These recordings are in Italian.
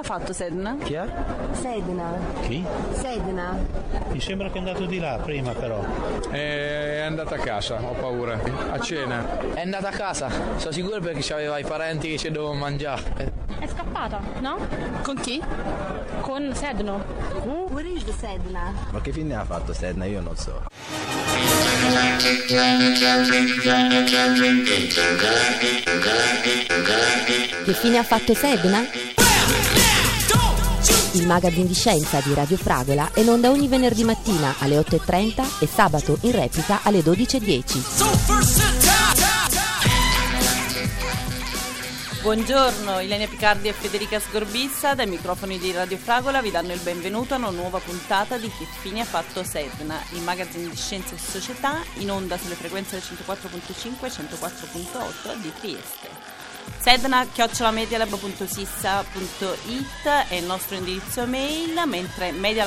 ha fatto Sedna? Chi è? Sedna. Chi? Sedna. Mi sembra che è andato di là prima però. È andata a casa, ho paura. A cena. È andata a casa, sono sicuro perché c'aveva i parenti che ci dovevano mangiare. È scappata, no? Con chi? Con Sedno. Where is the Sedna? Ma che fine ha fatto Sedna? Io non so. Che fine ha fatto Sedna? Il magazine di scienza di Radio Fragola è in onda ogni venerdì mattina alle 8:30 e sabato in replica alle 12:10. Buongiorno, Ilenia Picardi e Federica Sgorbissa dai microfoni di Radio Fragola vi danno il benvenuto a una nuova puntata di Che fine ha fatto Sedna, il magazine di scienza e società in onda sulle frequenze del 104.5 e 104.8 di Trieste. sedna@medialab.sissa.it è il nostro indirizzo mail, mentre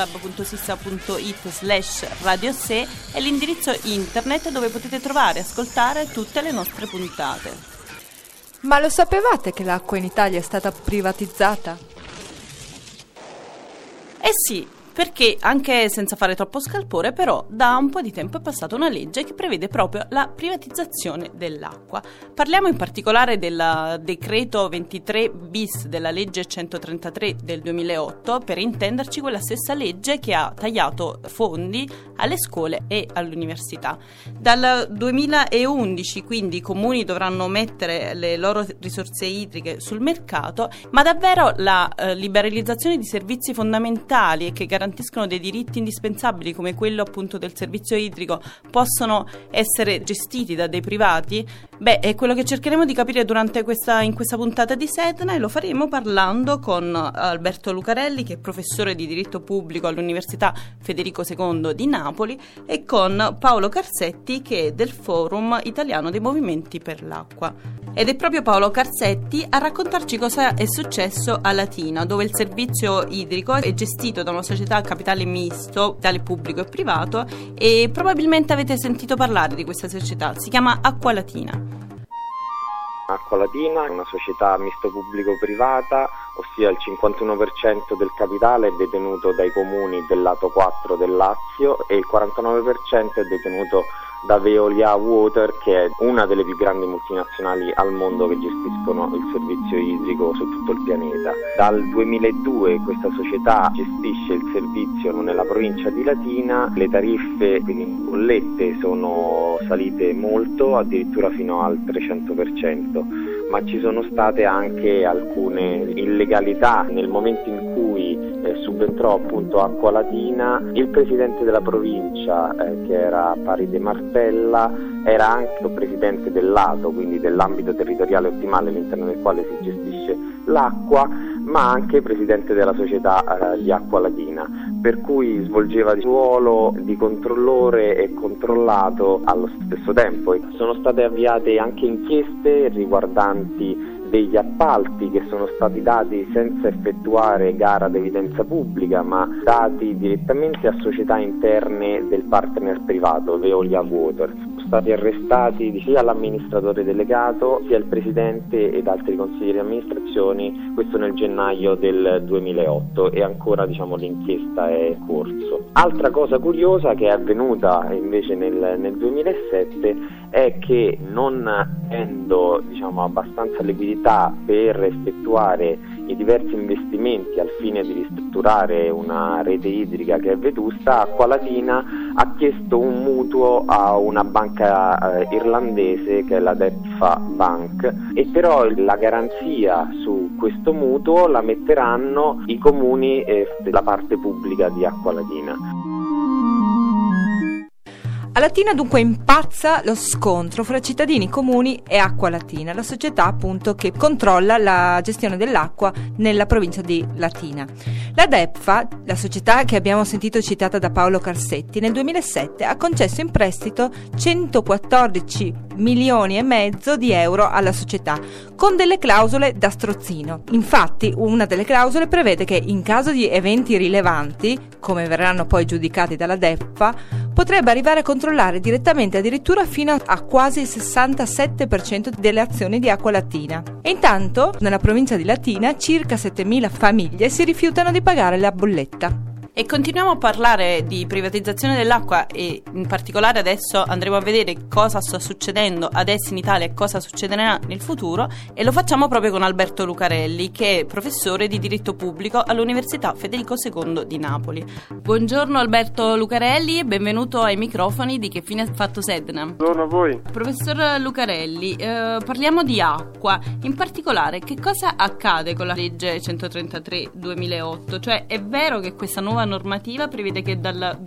medialab.sissa.it/radiose è l'indirizzo internet dove potete trovare e ascoltare tutte le nostre puntate. Ma lo sapevate che l'acqua in Italia è stata privatizzata? Eh sì, perché anche senza fare troppo scalpore, però da un po' di tempo è passata una legge che prevede proprio la privatizzazione dell'acqua. Parliamo in particolare del decreto 23 bis della legge 133 del 2008, per intenderci quella stessa legge che ha tagliato fondi alle scuole e all'università. Dal 2011 quindi i comuni dovranno mettere le loro risorse idriche sul mercato, ma davvero la liberalizzazione di servizi fondamentali e che garantiscono dei diritti indispensabili come quello appunto del servizio idrico possono essere gestiti da dei privati? Beh, è quello che cercheremo di capire in questa puntata di Sedna, e lo faremo parlando con Alberto Lucarelli, che è professore di diritto pubblico all'Università Federico II di Napoli, e con Paolo Carsetti, che è del Forum Italiano dei Movimenti per l'Acqua. Ed è proprio Paolo Carsetti a raccontarci cosa è successo a Latina, dove il servizio idrico è gestito da una società a capitale misto, tale pubblico e privato, e probabilmente avete sentito parlare di questa società. Si chiama Acqua Latina. Acqua Latina è una società misto pubblico-privata, ossia il 51% del capitale è detenuto dai comuni del lato 4 del Lazio e il 49% è detenuto da Veolia Water, che è una delle più grandi multinazionali al mondo che gestiscono il servizio idrico su tutto il pianeta. Dal 2002 questa società gestisce il servizio nella provincia di Latina, le tariffe, quindi le bollette, sono salite molto, addirittura fino al 300%, ma ci sono state anche alcune illegalità. Nel momento in cui subentrò appunto Acqua Latina, il presidente della provincia, che era Pari de Martella, era anche il presidente del lato, quindi dell'ambito territoriale ottimale all'interno del quale si gestisce l'acqua, ma anche presidente della società di Acqua Latina, per cui svolgeva il ruolo di controllore e controllato allo stesso tempo. E sono state avviate anche inchieste riguardanti degli appalti che sono stati dati senza effettuare gara ad evidenza pubblica, ma dati direttamente a società interne del partner privato, Veolia Water. Sono stati arrestati sia l'amministratore delegato sia il presidente ed altri consiglieri di amministrazione, questo nel gennaio del 2008, e ancora l'inchiesta è in corso. Altra cosa curiosa che è avvenuta invece nel 2007 è che, non avendo abbastanza liquidità per effettuare i diversi investimenti al fine di ristrutturare una rete idrica che è vetusta, Acqua Latina ha chiesto un mutuo a una banca irlandese che è la DEPFA Bank, e però la garanzia su questo mutuo la metteranno i comuni e la parte pubblica di Acqua Latina. A Latina dunque impazza lo scontro fra cittadini comuni e Acqua Latina, la società appunto che controlla la gestione dell'acqua nella provincia di Latina. La DEPFA, la società che abbiamo sentito citata da Paolo Carsetti, nel 2007 ha concesso in prestito 114 milioni e mezzo di euro alla società, con delle clausole da strozzino. Infatti, una delle clausole prevede che in caso di eventi rilevanti, come verranno poi giudicati dalla DEPFA, potrebbe arrivare a controllare direttamente addirittura fino a quasi il 67% delle azioni di Acqua Latina. E intanto, nella provincia di Latina, circa 7.000 famiglie si rifiutano di pagare la bolletta. E continuiamo a parlare di privatizzazione dell'acqua e in particolare adesso andremo a vedere cosa sta succedendo adesso in Italia e cosa succederà nel futuro, e lo facciamo proprio con Alberto Lucarelli, che è professore di diritto pubblico all'Università Federico II di Napoli. Buongiorno Alberto Lucarelli e benvenuto ai microfoni di Che fine ha fatto Sedna. Buongiorno a voi. Professor Lucarelli, parliamo di acqua, in particolare che cosa accade con la legge 133/2008, cioè è vero che questa nuova normativa prevede che dal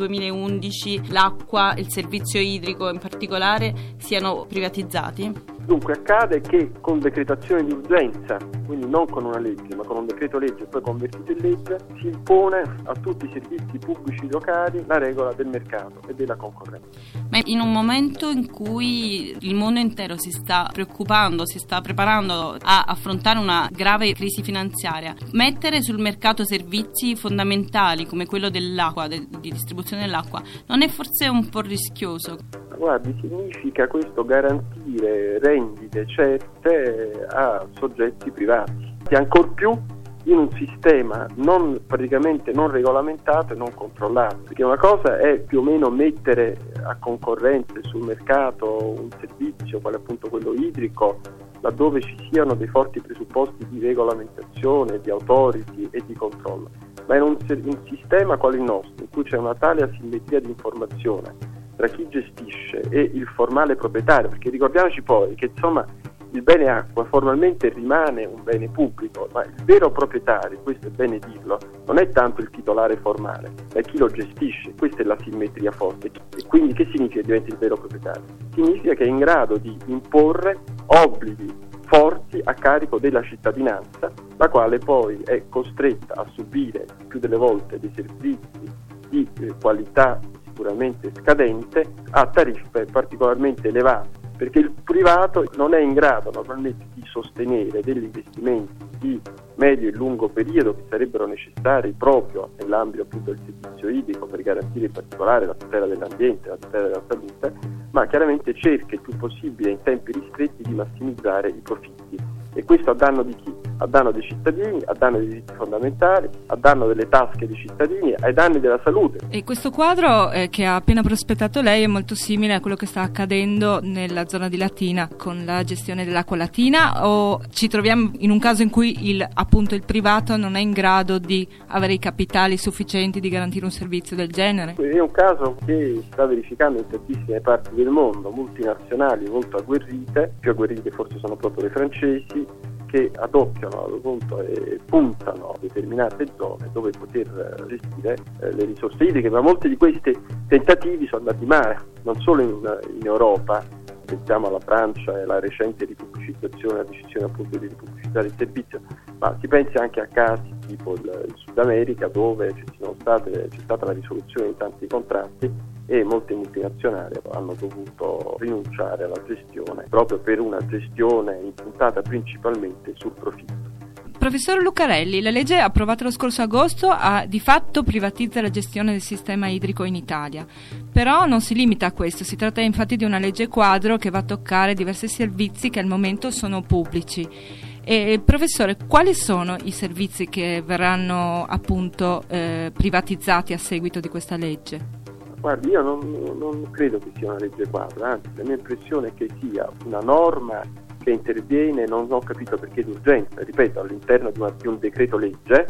2011 l'acqua e il servizio idrico in particolare siano privatizzati? Dunque accade che con decretazione di urgenza, quindi non con una legge ma con un decreto legge poi convertito in legge, si impone a tutti i servizi pubblici locali la regola del mercato e della concorrenza. Ma in un momento in cui il mondo intero si sta preoccupando, si sta preparando a affrontare una grave crisi finanziaria, mettere sul mercato servizi fondamentali come quello dell'acqua, di distribuzione dell'acqua, non è forse un po' rischioso? Guardi, significa questo garantire rendite certe a soggetti privati, e ancor più in un sistema praticamente non regolamentato e non controllato, perché una cosa è più o meno mettere a concorrenza sul mercato un servizio, quale appunto quello idrico, laddove ci siano dei forti presupposti di regolamentazione, di authority e di controllo, ma in un sistema quale il nostro, in cui c'è una tale asimmetria di informazione tra chi gestisce e il formale proprietario, perché ricordiamoci poi che insomma il bene acqua formalmente rimane un bene pubblico, ma il vero proprietario, questo è bene dirlo, non è tanto il titolare formale, ma è chi lo gestisce. Questa è la simmetria forte. E quindi che significa diventa il vero proprietario? Significa che è in grado di imporre obblighi forti a carico della cittadinanza, la quale poi è costretta a subire più delle volte dei servizi di qualità sicuramente scadente a tariffe particolarmente elevate, perché il privato non è in grado normalmente di sostenere degli investimenti di medio e lungo periodo che sarebbero necessari proprio nell'ambito appunto del servizio idrico per garantire in particolare la tutela dell'ambiente, la tutela della salute, ma chiaramente cerca il più possibile in tempi ristretti di massimizzare i profitti. E questo a danno di chi? A danno dei cittadini, a danno dei diritti fondamentali, a danno delle tasche dei cittadini, ai danni della salute. E questo quadro che ha appena prospettato lei è molto simile a quello che sta accadendo nella zona di Latina con la gestione dell'acqua latina, o ci troviamo in un caso in cui il privato non è in grado di avere i capitali sufficienti di garantire un servizio del genere? È un caso che sta verificando in tantissime parti del mondo, multinazionali molto agguerrite, più agguerrite forse sono proprio le francesi, che adoppiano appunto e puntano a determinate zone dove poter gestire le risorse idriche, ma molti di questi tentativi sono andati male, non solo in Europa, pensiamo alla Francia e alla recente ripubblicizzazione, la decisione appunto di ripubblicizzare il servizio, ma si pensi anche a casi tipo il Sud America, dove c'è stata la risoluzione di tanti contratti e molte multinazionali hanno dovuto rinunciare alla gestione proprio per una gestione impuntata principalmente sul profitto. Professor Lucarelli, la legge approvata lo scorso agosto di fatto privatizza la gestione del sistema idrico in Italia, però non si limita a questo, si tratta infatti di una legge quadro che va a toccare diversi servizi che al momento sono pubblici. Professore, quali sono i servizi che verranno appunto privatizzati a seguito di questa legge? Guardi, io non credo che sia una legge quadro, anzi la mia impressione è che sia una norma che interviene, non ho capito perché d'urgenza, ripeto, all'interno di un decreto legge,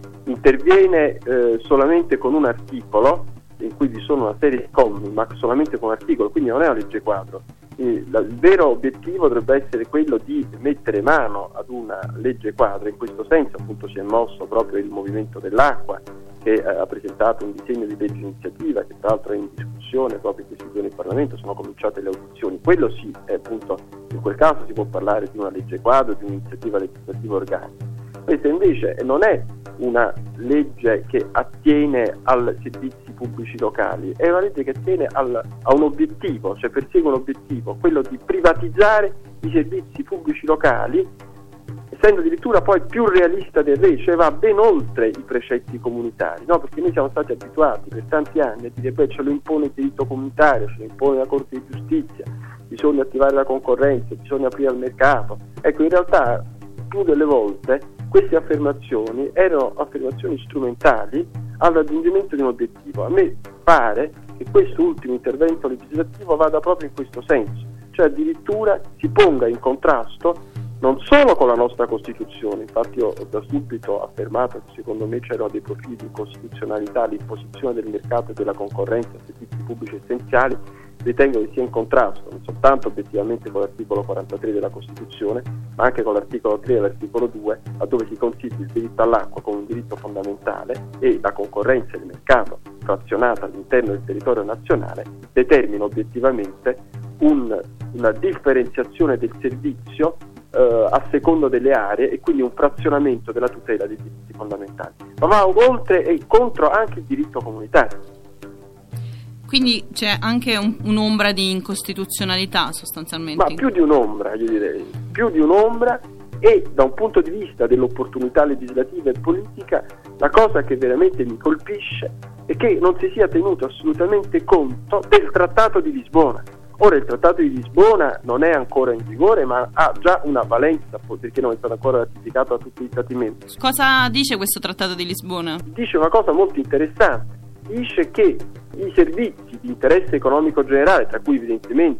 interviene solamente con un articolo in cui vi sono una serie di commi, ma solamente con un articolo, quindi non è una legge quadro. Il vero obiettivo dovrebbe essere quello di mettere mano ad una legge quadro, in questo senso appunto si è mosso proprio il Movimento dell'Acqua, che ha presentato un disegno di legge iniziativa che tra l'altro è in discussione proprio in questi giorni in Parlamento, sono cominciate le audizioni. Quello sì, appunto, in quel caso si può parlare di una legge quadro, di un'iniziativa legislativa organica. Questa invece non è una legge che attiene ai servizi pubblici locali, è una legge che attiene a un obiettivo, cioè persegue un obiettivo, quello di privatizzare i servizi pubblici locali essendo addirittura poi più realista del re, cioè va ben oltre i precetti comunitari, no? Perché noi siamo stati abituati per tanti anni a dire beh, ce lo impone il diritto comunitario, ce lo impone la Corte di Giustizia, bisogna attivare la concorrenza, bisogna aprire al mercato. Ecco, in realtà più delle volte queste affermazioni erano affermazioni strumentali al raggiungimento di un obiettivo. A me pare che questo ultimo intervento legislativo vada proprio in questo senso, cioè addirittura si ponga in contrasto non solo con la nostra Costituzione. Infatti io ho da subito affermato che secondo me c'erano dei profili di incostituzionalità all'imposizione del mercato e della concorrenza a servizi pubblici essenziali. Ritengo che sia in contrasto non soltanto obiettivamente con l'articolo 43 della Costituzione, ma anche con l'articolo 3 e l'articolo 2, laddove si considera il diritto all'acqua come un diritto fondamentale e la concorrenza e il mercato frazionata all'interno del territorio nazionale determina obiettivamente una differenziazione del servizio a secondo delle aree e quindi un frazionamento della tutela dei diritti fondamentali, ma va oltre e contro anche il diritto comunitario. Quindi c'è anche un'ombra di incostituzionalità sostanzialmente. Ma più di un'ombra, io direi, più di un'ombra, e da un punto di vista dell'opportunità legislativa e politica la cosa che veramente mi colpisce è che non si sia tenuto assolutamente conto del Trattato di Lisbona. Ora il Trattato di Lisbona non è ancora in vigore, ma ha già una valenza perché non è stato ancora ratificato da tutti gli Stati membri. Cosa dice questo Trattato di Lisbona? Dice una cosa molto interessante, dice che i servizi di interesse economico generale, tra cui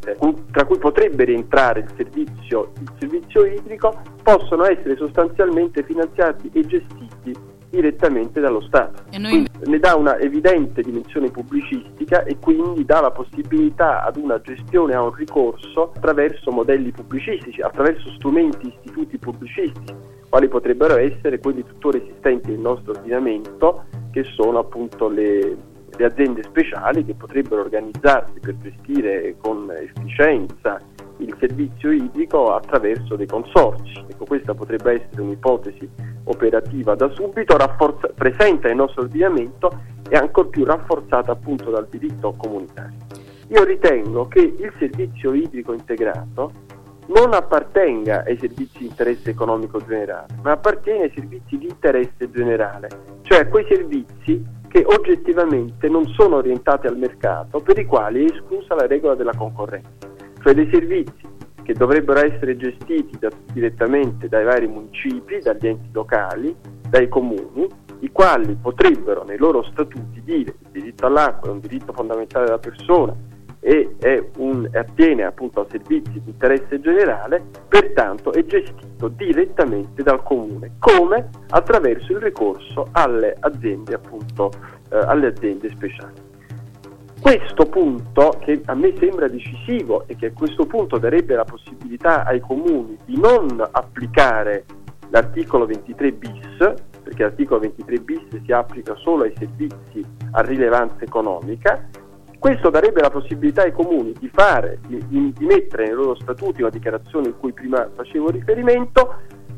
potrebbe rientrare il servizio idrico, possono essere sostanzialmente finanziati e gestiti direttamente dallo Stato. Quindi ne dà una evidente dimensione pubblicistica e quindi dà la possibilità ad una gestione, a un ricorso attraverso modelli pubblicistici, attraverso strumenti, istituti pubblicistici, quali potrebbero essere quelli tuttora esistenti nel nostro ordinamento, che sono appunto le aziende speciali che potrebbero organizzarsi per gestire con efficienza il servizio idrico attraverso dei consorzi. Ecco, questa potrebbe essere un'ipotesi operativa da subito, presente nel nostro ordinamento e ancor più rafforzata appunto dal diritto comunitario. Io ritengo che il servizio idrico integrato non appartenga ai servizi di interesse economico generale, ma appartiene ai servizi di interesse generale, cioè a quei servizi che oggettivamente non sono orientati al mercato, per i quali è esclusa la regola della concorrenza, cioè dei servizi che dovrebbero essere gestiti direttamente dai vari municipi, dagli enti locali, dai comuni, i quali potrebbero nei loro statuti dire che il diritto all'acqua è un diritto fondamentale della persona e attiene appunto a servizi di interesse generale, pertanto è gestito direttamente dal comune, come attraverso il ricorso alle aziende appunto alle aziende speciali. Questo punto, che a me sembra decisivo e che a questo punto darebbe la possibilità ai comuni di non applicare l'articolo 23 bis, perché l'articolo 23 bis si applica solo ai servizi a rilevanza economica. Questo darebbe la possibilità ai comuni di mettere nei loro statuti una dichiarazione in cui prima facevo riferimento,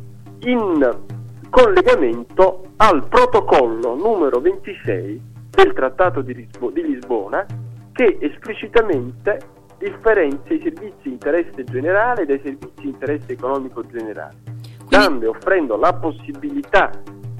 in collegamento al protocollo numero 26 del Trattato di Lisbona, che esplicitamente differenzia i servizi di interesse generale dai servizi di interesse economico generale, offrendo la possibilità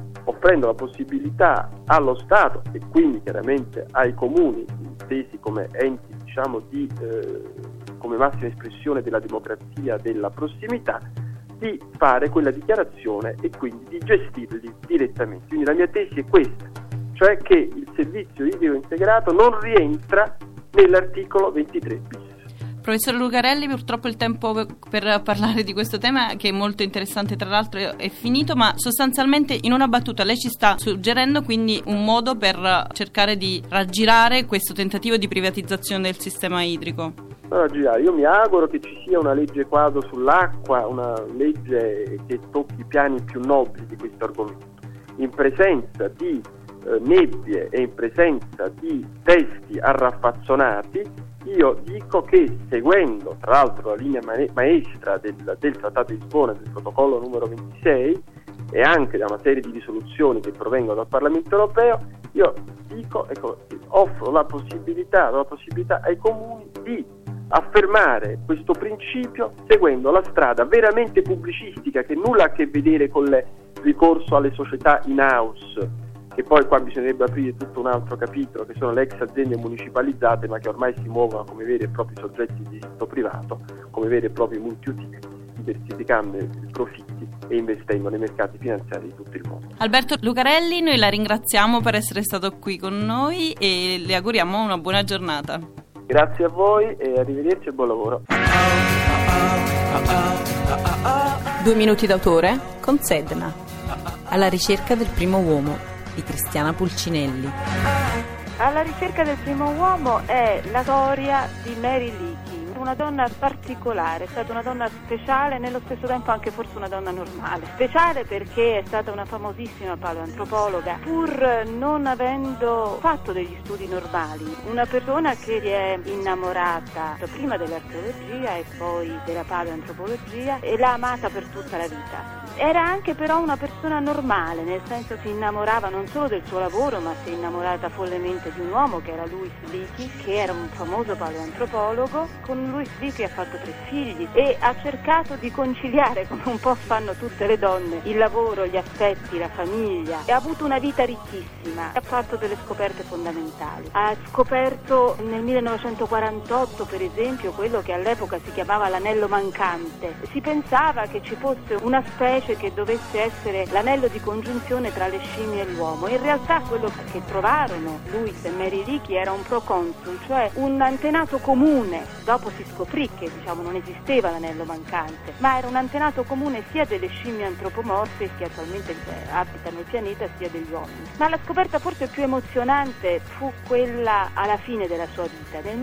allo Stato e quindi chiaramente ai comuni, intesi come enti come massima espressione della democrazia della prossimità, di fare quella dichiarazione e quindi di gestirli direttamente. Quindi la mia tesi è questa, cioè che il servizio idrico integrato non rientra nell'articolo 23 bis. Professor Lucarelli, purtroppo il tempo per parlare di questo tema, che è molto interessante tra l'altro, è finito, ma sostanzialmente in una battuta lei ci sta suggerendo quindi un modo per cercare di raggirare questo tentativo di privatizzazione del sistema idrico. Io mi auguro che ci sia una legge quadro sull'acqua, una legge che tocchi i piani più nobili di questo argomento. In presenza di nebbie e in presenza di testi arraffazzonati, io dico che, seguendo tra l'altro la linea maestra del Trattato di Lisbona, del protocollo numero 26 e anche da una serie di risoluzioni che provengono dal Parlamento europeo, io dico, offro la possibilità ai comuni di affermare questo principio seguendo la strada veramente pubblicistica, che nulla ha a che vedere con il ricorso alle società in-house, che poi qua bisognerebbe aprire tutto un altro capitolo, che sono le ex aziende municipalizzate, ma che ormai si muovono come veri e propri soggetti di diritto privato, come veri e propri multiutili, diversificando i profitti e investendo nei mercati finanziari di tutto il mondo. Alberto Lucarelli, noi la ringraziamo per essere stato qui con noi e le auguriamo una buona giornata. Grazie a voi e arrivederci e buon lavoro. 2 minuti d'autore con Sedna. Alla ricerca del primo uomo di Cristiana Pulcinelli. Alla ricerca del primo uomo è la storia di Mary Leakey, una donna particolare, è stata una donna speciale e nello stesso tempo anche forse una donna normale. Speciale perché è stata una famosissima paleoantropologa, pur non avendo fatto degli studi normali, una persona che si è innamorata prima dell'archeologia e poi della paleoantropologia e l'ha amata per tutta la vita. Era anche però una persona normale, nel senso si innamorava non solo del suo lavoro, ma si è innamorata follemente di un uomo che era Louis Leakey, che era un famoso paleoantropologo. Con Louis Leakey ha fatto 3 figli e ha cercato di conciliare, come un po' fanno tutte le donne, il lavoro, gli affetti, la famiglia, e ha avuto una vita ricchissima. Ha fatto delle scoperte fondamentali. Ha scoperto nel 1948, per esempio, quello che all'epoca si chiamava l'anello mancante. Si pensava che ci fosse una specie che dovesse essere l'anello di congiunzione tra le scimmie e l'uomo. In realtà quello che trovarono Louis e Mary Leakey era un proconsul, cioè un antenato comune. Dopo si scoprì che non esisteva l'anello mancante, ma era un antenato comune sia delle scimmie antropomorfe che attualmente abitano il pianeta, sia degli uomini. Ma la scoperta forse più emozionante fu quella alla fine della sua vita. Nel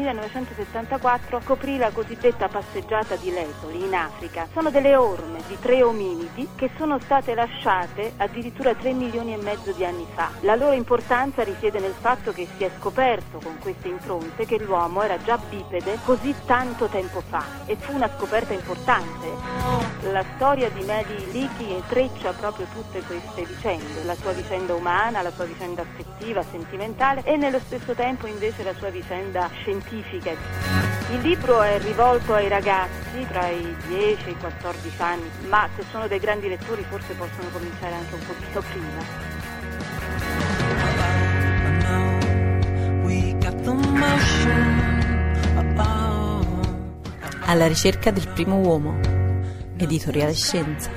1974 scoprì la cosiddetta passeggiata di Leslie in Africa. Sono delle orme di 3 ominidi che sono state lasciate addirittura 3 milioni e mezzo di anni fa. La loro importanza risiede nel fatto che si è scoperto con queste impronte che l'uomo era già bipede così tanto tempo fa, e fu una scoperta importante. La storia di Mary Leakey intreccia proprio tutte queste vicende, la sua vicenda umana, la sua vicenda affettiva, sentimentale e nello stesso tempo invece la sua vicenda scientifica. Il libro è rivolto ai ragazzi tra i 10 e i 14 anni, ma se sono dei grandi lettori forse possono cominciare anche un pochino prima. Alla ricerca del primo uomo, editoriale Scienza.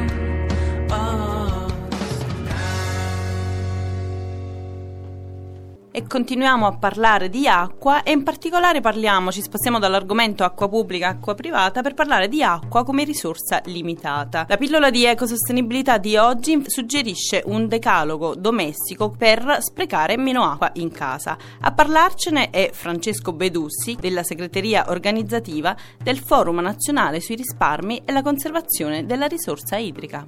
E continuiamo a parlare di acqua e in particolare ci spostiamo dall'argomento acqua pubblica a acqua privata per parlare di acqua come risorsa limitata. La pillola di ecosostenibilità di oggi suggerisce un decalogo domestico per sprecare meno acqua in casa. A parlarcene è Francesco Bedussi della segreteria organizzativa del Forum Nazionale sui risparmi e la conservazione della risorsa idrica.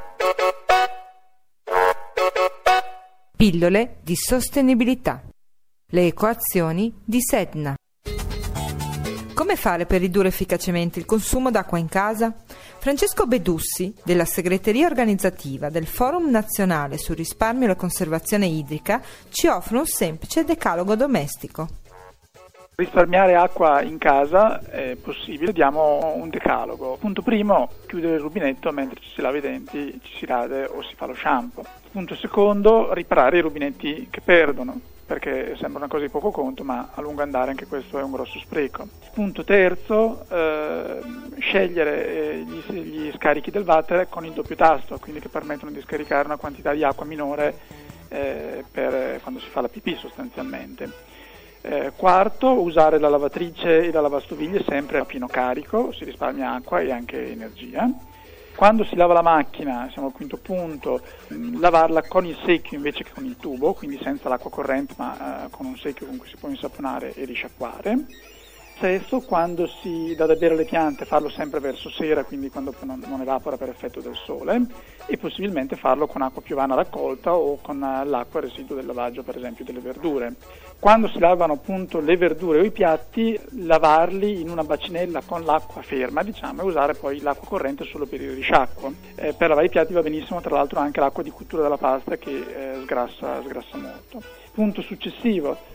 Pillole di sostenibilità. Le ecoazioni di Sedna. Come fare per ridurre efficacemente il consumo d'acqua in casa? Francesco Bedussi, della segreteria organizzativa del Forum Nazionale sul risparmio e la conservazione idrica, ci offre un semplice decalogo domestico. Risparmiare acqua in casa è possibile, diamo un decalogo. Punto primo, chiudere il rubinetto mentre ci si lava i denti, ci si rade o si fa lo shampoo. Punto secondo, riparare i rubinetti che perdono, perché sembra una cosa di poco conto, ma a lungo andare anche questo è un grosso spreco. Punto terzo, scegliere gli scarichi del water con il doppio tasto, quindi che permettono di scaricare una quantità di acqua minore per quando si fa la pipì sostanzialmente. Quarto, usare la lavatrice e la lavastoviglie sempre a pieno carico, si risparmia acqua e anche energia. Quando si lava la macchina, siamo al quinto punto, lavarla con il secchio invece che con il tubo, quindi senza l'acqua corrente ma con un secchio con cui si può insaponare e risciacquare. Sesto, quando si dà da bere alle piante, farlo sempre verso sera, quindi quando non evapora per effetto del sole, e possibilmente farlo con acqua piovana raccolta o con l'acqua residuo del lavaggio, per esempio delle verdure. Quando si lavano appunto le verdure o i piatti, lavarli in una bacinella con l'acqua ferma, e usare poi l'acqua corrente solo per il risciacquo. Per lavare i piatti va benissimo tra l'altro anche l'acqua di cottura della pasta che sgrassa molto. Punto successivo.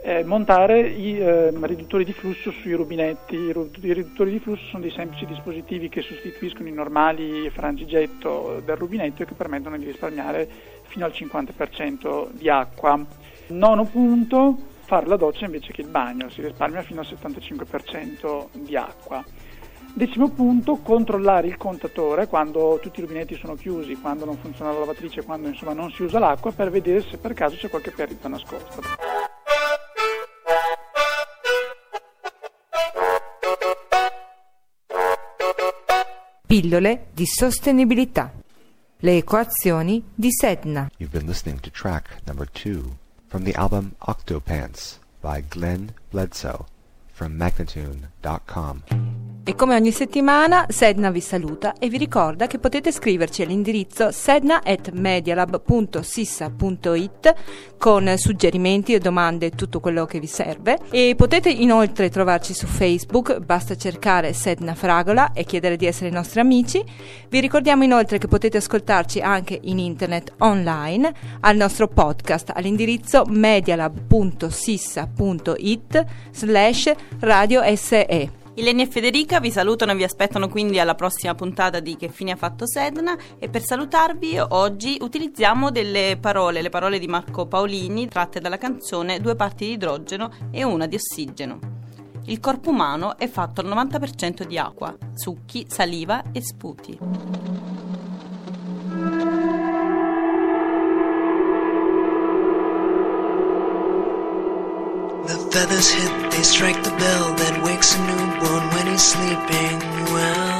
montare i riduttori di flusso sui rubinetti. I riduttori di flusso sono dei semplici dispositivi che sostituiscono i normali frangigetto del rubinetto e che permettono di risparmiare fino al 50% di acqua. Nono punto, fare la doccia invece che il bagno, si risparmia fino al 75% di acqua. 10° punto, controllare il contatore quando tutti i rubinetti sono chiusi, quando non funziona la lavatrice, quando insomma non si usa l'acqua, per vedere se per caso c'è qualche perdita nascosta. Pillole di sostenibilità. Le equazioni di Sedna. You've been listening to track number 2 from the album Octopants by Glenn Bledsoe from Magnatune.com. E come ogni settimana Sedna vi saluta e vi ricorda che potete scriverci all'indirizzo sedna@medialab.sissa.it con suggerimenti e domande e tutto quello che vi serve, e potete inoltre trovarci su Facebook, basta cercare Sedna Fragola e chiedere di essere i nostri amici. Vi ricordiamo inoltre che potete ascoltarci anche in internet online al nostro podcast all'indirizzo medialab.sissa.it/radio SE. Ilenia e Federica vi salutano e vi aspettano quindi alla prossima puntata di Che fine ha fatto Sedna, e per salutarvi oggi utilizziamo le parole di Marco Paolini tratte dalla canzone 2 parti di idrogeno e 1 di ossigeno. Il corpo umano è fatto al 90% di acqua, succhi, saliva e sputi. The feathers hit, they strike the bell that wakes a newborn when he's sleeping well.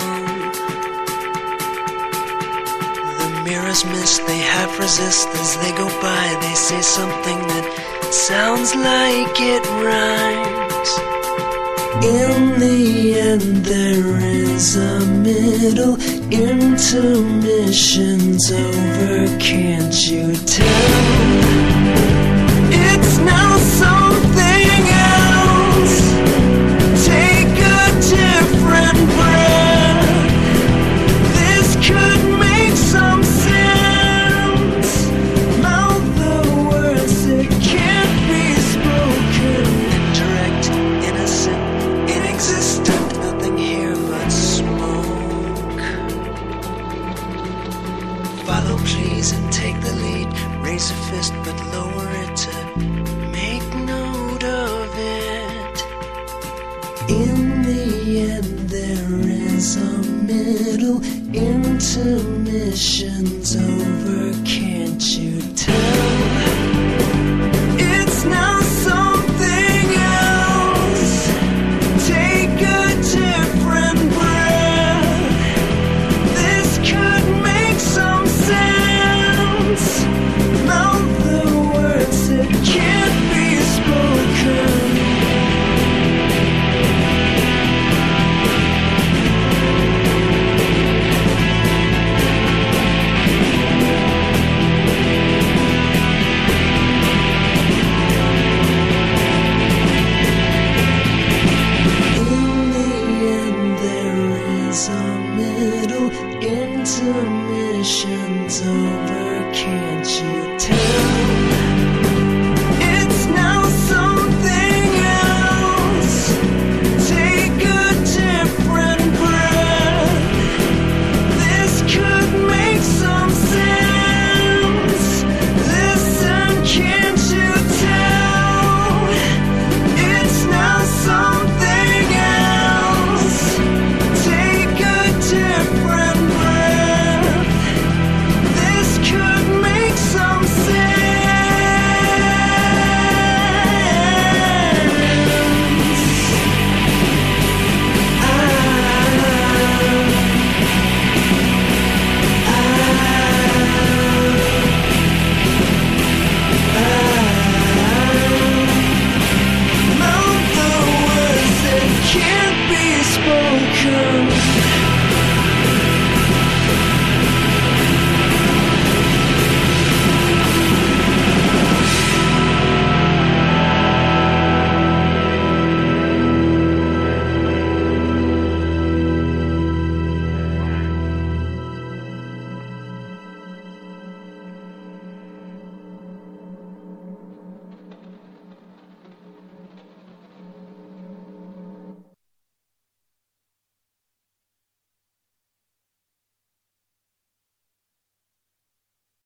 The mirrors miss, they half resist as they go by. They say something that sounds like it rhymes. In the end there is a middle, intermission's over, can't you tell? It's now something else. Take a different breath. This could make some sense. Mouth the words that can't be spoken. Indirect, innocent, inexistent. Nothing here but smoke. Follow please and take the lead. Raise a fist but lower it to make note of it. In the end there is a middle, intermission's over, can't you tell? It's now something else. Take a different breath. This could make some sense. Mouth the words that can't be spoken. In the end there is a middle, intermission's over, can't you tell?